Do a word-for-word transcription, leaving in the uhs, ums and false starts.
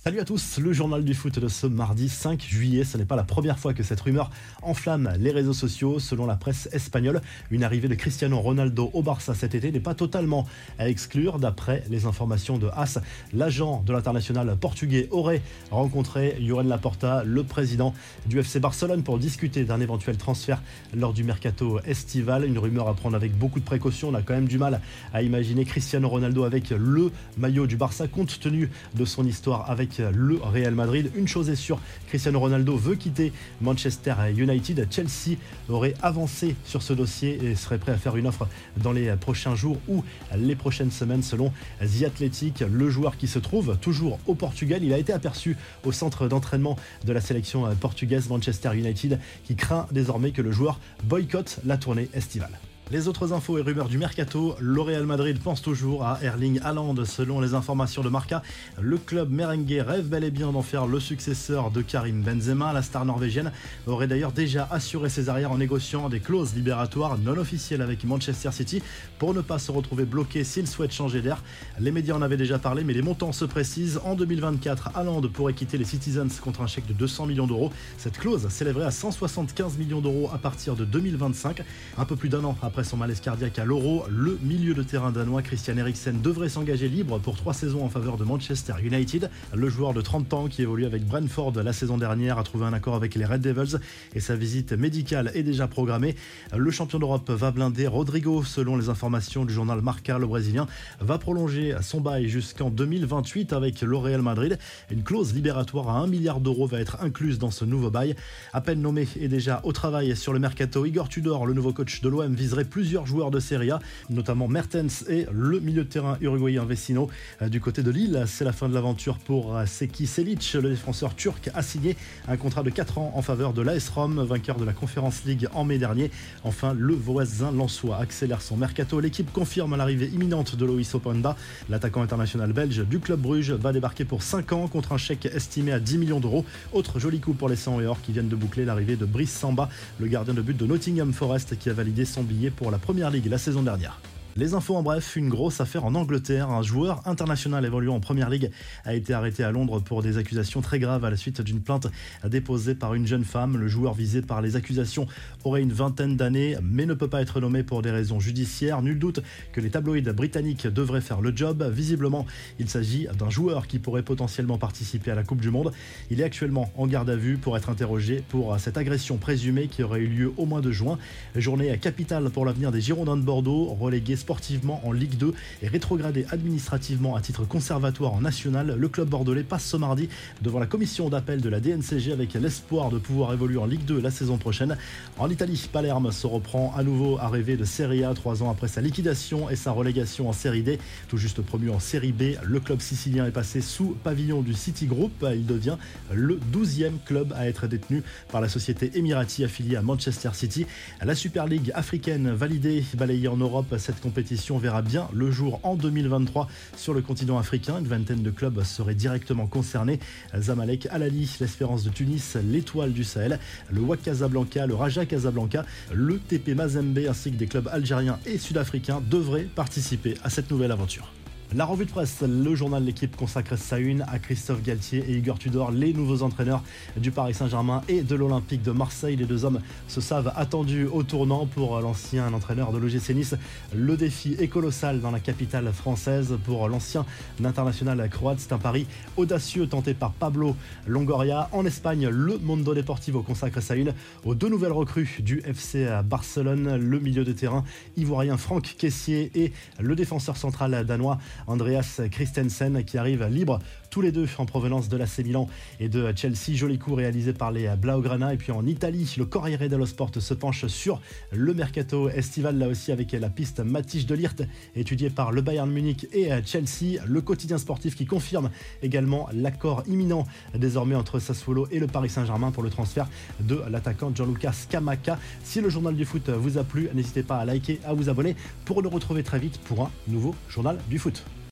Salut à tous, le journal du foot de ce mardi cinq juillet. Ce n'est pas la première fois que cette rumeur enflamme les réseaux sociaux. Selon la presse espagnole, une arrivée de Cristiano Ronaldo au Barça cet été n'est pas totalement à exclure. D'après les informations de AS, l'agent de l'international portugais aurait rencontré Joan Laporta, le président du F C Barcelone, pour discuter d'un éventuel transfert lors du mercato estival. Une rumeur à prendre avec beaucoup de précautions. On a quand même du mal à imaginer Cristiano Ronaldo avec le maillot du Barça compte tenu de son histoire avec le Real Madrid. Une chose est sûre, Cristiano Ronaldo veut quitter Manchester United. Chelsea aurait avancé sur ce dossier et serait prêt à faire une offre dans les prochains jours ou les prochaines semaines selon The Athletic. Le joueur qui se trouve toujours au Portugal, il a été aperçu au centre d'entraînement de la sélection portugaise Manchester United qui craint désormais que le joueur boycotte la tournée estivale. Les autres infos et rumeurs du mercato, le Real Madrid pense toujours à Erling Haaland. Selon les informations de Marca, le club merengue rêve bel et bien d'en faire le successeur de Karim Benzema. La star norvégienne aurait d'ailleurs déjà assuré ses arrières en négociant des clauses libératoires non officielles avec Manchester City pour ne pas se retrouver bloqué s'il souhaite changer d'air. Les médias en avaient déjà parlé, mais les montants se précisent. En deux mille vingt-quatre, Haaland pourrait quitter les Citizens contre un chèque de deux cents millions d'euros. Cette clause s'élèverait à cent soixante-quinze millions d'euros à partir de deux mille vingt-cinq, un peu plus d'un an après Après son malaise cardiaque à l'Euro, le milieu de terrain danois Christian Eriksen devrait s'engager libre pour trois saisons en faveur de Manchester United. Le joueur de trente ans qui évolue avec Brentford la saison dernière a trouvé un accord avec les Red Devils et sa visite médicale est déjà programmée. Le champion d'Europe va blinder Rodrigo. Selon les informations du journal Marca, le Brésilien va prolonger son bail jusqu'en deux mille vingt-huit avec le Real Madrid. Une clause libératoire à un milliard d'euros va être incluse dans ce nouveau bail. À peine nommé et déjà au travail sur le mercato, Igor Tudor, le nouveau coach de l'O M, viserait plusieurs joueurs de Serie A, notamment Mertens et le milieu de terrain uruguayen Vecino. Du côté de Lille, c'est la fin de l'aventure pour Seki Selic. Le défenseur turc a signé un contrat de quatre ans en faveur de l'A S Rome, vainqueur de la Conference League en mai dernier. Enfin, le voisin lensois accélère son mercato. L'équipe confirme l'arrivée imminente de Loïs Openda. L'attaquant international belge du club Bruges va débarquer pour cinq ans contre un chèque estimé à dix millions d'euros. Autre joli coup pour les cent et or qui viennent de boucler l'arrivée de Brice Samba, le gardien de but de Nottingham Forest, qui a validé son billet pour la Première Ligue la saison dernière. Les infos en bref, une grosse affaire en Angleterre. Un joueur international évoluant en Première Ligue a été arrêté à Londres pour des accusations très graves à la suite d'une plainte déposée par une jeune femme. Le joueur visé par les accusations aurait une vingtaine d'années, mais ne peut pas être nommé pour des raisons judiciaires. Nul doute que les tabloïds britanniques devraient faire le job. Visiblement, il s'agit d'un joueur qui pourrait potentiellement participer à la Coupe du Monde. Il est actuellement en garde à vue pour être interrogé pour cette agression présumée qui aurait eu lieu au mois de juin. Journée capitale pour l'avenir des Girondins de Bordeaux, relégués sportivement en Ligue deux et rétrogradé administrativement à titre conservatoire en National. Le club bordelais passe ce mardi devant la commission d'appel de la D N C G avec l'espoir de pouvoir évoluer en Ligue deux la saison prochaine. En Italie, Palerme se reprend à nouveau à rêver de Serie A trois ans après sa liquidation et sa relégation en Série D. Tout juste promu en Série B, le club sicilien est passé sous pavillon du City Group. Il devient le douzième club à être détenu par la société Emirati affiliée à Manchester City. La Super League africaine validée, balayée en Europe, cette compétition compétition verra bien le jour en deux mille vingt-trois sur le continent africain. Une vingtaine de clubs seraient directement concernés. Zamalek, Al Ahly, l'Espérance de Tunis, l'Étoile du Sahel, le W A C Casablanca, le Raja Casablanca, le T P Mazembe ainsi que des clubs algériens et sud-africains devraient participer à cette nouvelle aventure. La revue de presse, le journal de l'équipe consacre sa une à Christophe Galtier et Igor Tudor, les nouveaux entraîneurs du Paris Saint-Germain et de l'Olympique de Marseille. Les deux hommes se savent attendus au tournant. Pour l'ancien entraîneur de l'O G C Nice, le défi est colossal dans la capitale française. Pour l'ancien international croate, c'est un pari audacieux tenté par Pablo Longoria. En Espagne, le Mundo Deportivo consacre sa une aux deux nouvelles recrues du F C Barcelone, le milieu de terrain ivoirien Franck Kessié et le défenseur central danois Andreas Christensen qui arrivent libres tous les deux en provenance de l'A C Milan et de Chelsea. Joli coup réalisé par les Blaugrana. Et puis en Italie, le Corriere dello Sport se penche sur le mercato estival, là aussi avec la piste Matthijs de Ligt étudiée par le Bayern Munich et Chelsea. Le quotidien sportif qui confirme également l'accord imminent désormais entre Sassuolo et le Paris Saint-Germain pour le transfert de l'attaquant Gianluca Scamacca. Si le journal du foot vous a plu, n'hésitez pas à liker, à vous abonner pour nous retrouver très vite pour un nouveau journal du foot.